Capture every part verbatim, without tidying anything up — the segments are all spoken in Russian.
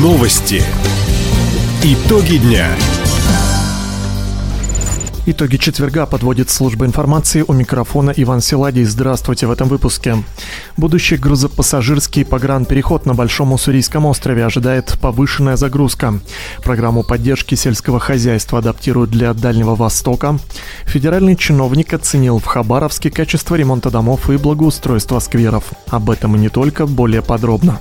Новости. Итоги дня. Итоги четверга подводит служба информации. У микрофона Иван Силадий. Здравствуйте в этом выпуске. Будущий грузопассажирский погранпереход на Большом Уссурийском острове ожидает повышенная загрузка. Программу поддержки сельского хозяйства адаптируют для Дальнего Востока. Федеральный чиновник оценил в Хабаровске качество ремонта домов и благоустройства скверов. Об этом и не только, более подробно.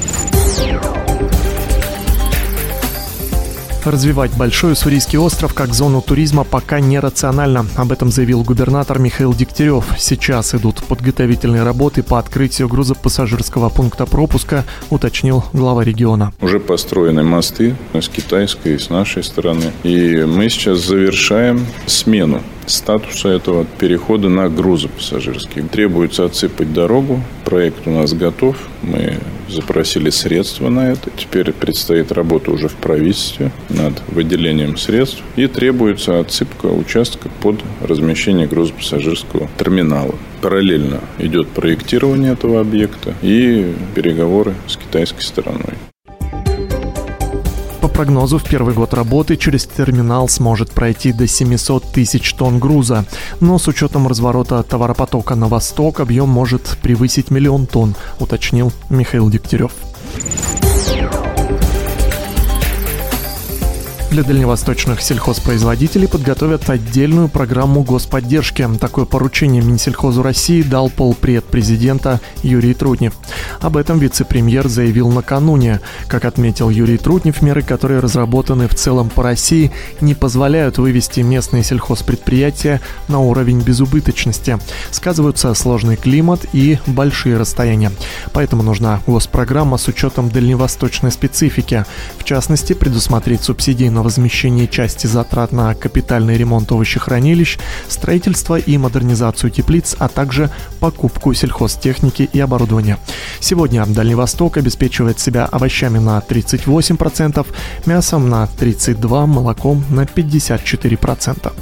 Развивать Большой Уссурийский остров как зону туризма пока нерационально. Об этом заявил губернатор Михаил Дегтярев. Сейчас идут подготовительные работы по открытию грузопассажирского пункта пропуска, уточнил глава региона. Уже построены мосты с китайской и с нашей стороны. И мы сейчас завершаем смену статуса этого перехода на грузопассажирский. Требуется отсыпать дорогу. Проект у нас готов. Мы запросили средства на это. Теперь предстоит работа уже в правительстве над выделением средств. И требуется отсыпка участка под размещение грузопассажирского терминала. Параллельно идет проектирование этого объекта и переговоры с китайской стороной. По прогнозу, в первый год работы через терминал сможет пройти до семьсот тысяч тонн груза. Но с учетом разворота товаропотока на восток объем может превысить миллион тонн, уточнил Михаил Дегтярев. Для дальневосточных сельхозпроизводителей подготовят отдельную программу господдержки. Такое поручение Минсельхозу России дал полпред президента Юрий Трутнев. Об этом вице-премьер заявил накануне. Как отметил Юрий Трутнев, меры, которые разработаны в целом по России, не позволяют вывести местные сельхозпредприятия на уровень безубыточности. Сказываются сложный климат и большие расстояния. Поэтому нужна госпрограмма с учетом дальневосточной специфики. В частности, предусмотреть субсидии на возмещение части затрат на капитальный ремонт овощехранилищ, строительство и модернизацию теплиц, а также покупку сельхозтехники и оборудования. Сегодня Дальний Восток обеспечивает себя овощами на тридцать восемь процентов, мясом на тридцать два процента, молоком на пятьдесят четыре процента.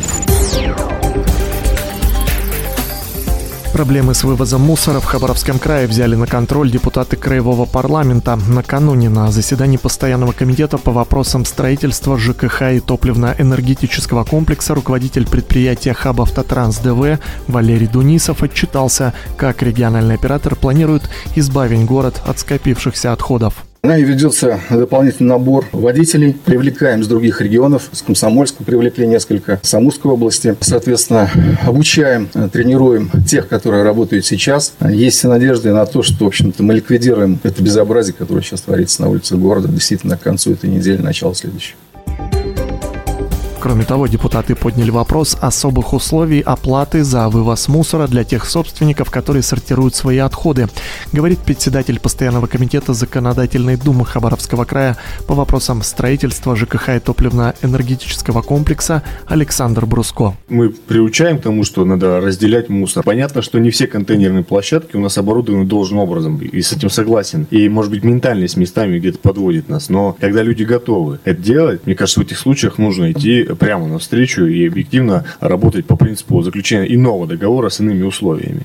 Проблемы с вывозом мусора в Хабаровском крае взяли на контроль депутаты Краевого парламента. Накануне на заседании Постоянного комитета по вопросам строительства ЖКХ и топливно-энергетического комплекса руководитель предприятия «Хабавтотранс ДВ» Валерий Дунисов отчитался, как региональный оператор планирует избавить город от скопившихся отходов. Нами ведется дополнительный набор водителей. Привлекаем с других регионов. С Комсомольска привлекли несколько, с Амурской области. Соответственно, обучаем, тренируем тех, которые работают сейчас. Есть надежды на то, что, в общем-то, мы ликвидируем это безобразие, которое сейчас творится на улицах города, действительно, к концу этой недели, начало следующей. Кроме того, депутаты подняли вопрос особых условий оплаты за вывоз мусора для тех собственников, которые сортируют свои отходы, говорит председатель Постоянного комитета Законодательной думы Хабаровского края по вопросам строительства ЖКХ и топливно-энергетического комплекса Александр Бруско. Мы приучаем к тому, что надо разделять мусор. Понятно, что не все контейнерные площадки у нас оборудованы должным образом, и с этим согласен. И, может быть, ментальность местами где-то подводит нас. Но когда люди готовы это делать, мне кажется, в этих случаях нужно идти прямо навстречу и объективно работать по принципу заключения иного договора с иными условиями.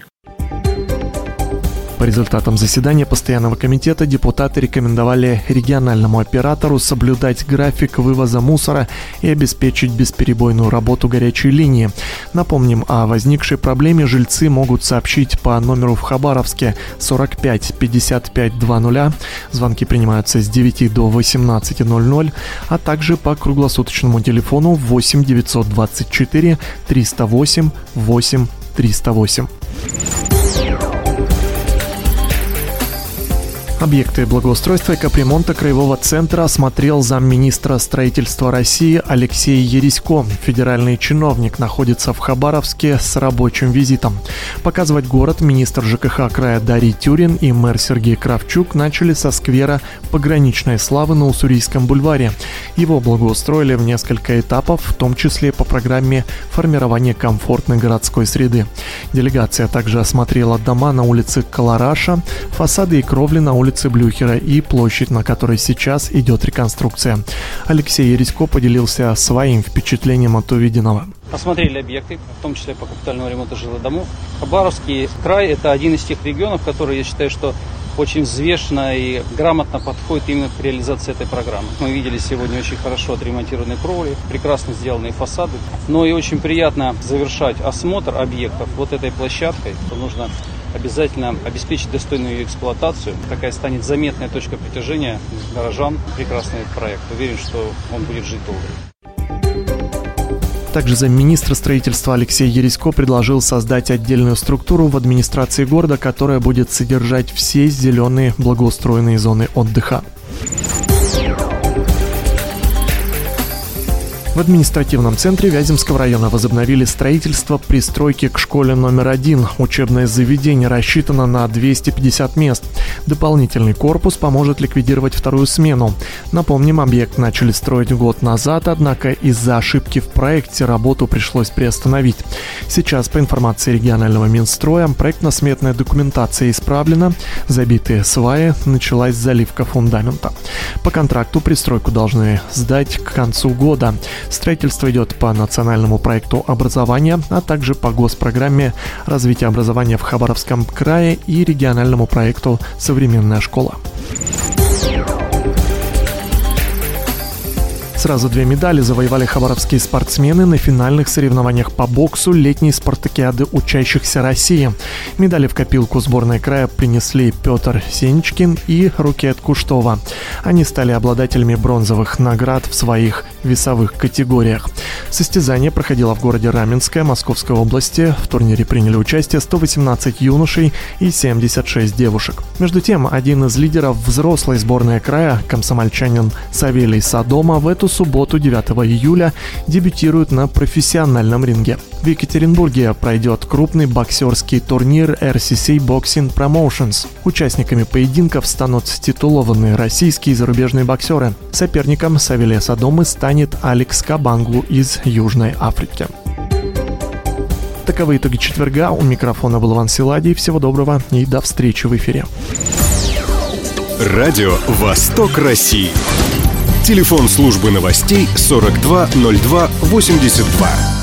По результатам заседания Постоянного комитета депутаты рекомендовали региональному оператору соблюдать график вывоза мусора и обеспечить бесперебойную работу горячей линии. Напомним, о возникшей проблеме жильцы могут сообщить по номеру в Хабаровске сорок пять пятьдесят пять двадцать. Звонки принимаются с девяти до восемнадцати ноль-ноль, а также по круглосуточному телефону восемь девятьсот двадцать четыре триста восемь восемь триста восемь. Объекты благоустройства и капремонта Краевого центра осмотрел замминистра строительства России Алексей Ересько. Федеральный чиновник находится в Хабаровске с рабочим визитом. Показывать город министр ЖКХ края Дарий Тюрин и мэр Сергей Кравчук начали со сквера Пограничной славы на Уссурийском бульваре. Его благоустроили в несколько этапов, в том числе по программе формирования комфортной городской среды. Делегация также осмотрела дома на улице Колораша, фасады и кровли на улице улицы Блюхера и площадь, на которой сейчас идет реконструкция. Алексей Ересько поделился своим впечатлением от увиденного. Осмотрели объекты, в том числе по капитальному ремонту жилых домов. Хабаровский край – это один из тех регионов, который, я считаю, что очень взвешенно и грамотно подходит именно к реализации этой программы. Мы видели сегодня очень хорошо отремонтированные кровли, прекрасно сделанные фасады, но и очень приятно завершать осмотр объектов вот этой площадкой. Нужно обязательно обеспечить достойную ее эксплуатацию. Такая станет заметная точка притяжения горожан. Прекрасный проект. Уверен, что он будет жить долго. Также замминистра строительства Алексей Ересько предложил создать отдельную структуру в администрации города, которая будет содержать все зеленые благоустроенные зоны отдыха. В административном центре Вяземского района возобновили строительство пристройки к школе номер один. Учебное заведение рассчитано на двести пятьдесят мест. Дополнительный корпус поможет ликвидировать вторую смену. Напомним, объект начали строить год назад, однако из-за ошибки в проекте работу пришлось приостановить. Сейчас, по информации регионального Минстроя, проектно-сметная документация исправлена, забитые сваи, началась заливка фундамента. По контракту пристройку должны сдать к концу года. Строительство идет по национальному проекту образования, а также по госпрограмме развития образования в Хабаровском крае и региональному проекту «Современная школа». Сразу две медали завоевали хабаровские спортсмены на финальных соревнованиях по боксу летней спартакиады учащихся России. Медали в копилку сборной края принесли Петр Сенечкин и Рукет Куштова. Они стали обладателями бронзовых наград в своих весовых категориях. Состязание проходило в городе Раменское Московской области. В турнире приняли участие сто восемнадцать юношей и семьдесят шесть девушек. Между тем, один из лидеров взрослой сборной края, комсомольчанин Савелий Содома, в эту субботу, девятого июля, дебютирует на профессиональном ринге. В Екатеринбурге пройдет крупный боксерский турнир эр си си Boxing Promotions. Участниками поединков станут титулованные российские и зарубежные боксеры. Соперником Савелия Содомы станет Алекс Кабангу из Южной Африки. Таковы итоги четверга. У микрофона был Иван Силадий. Всего доброго и до встречи в эфире. Радио «Восток России». Телефон службы новостей сорок два ноль два восемьдесят два.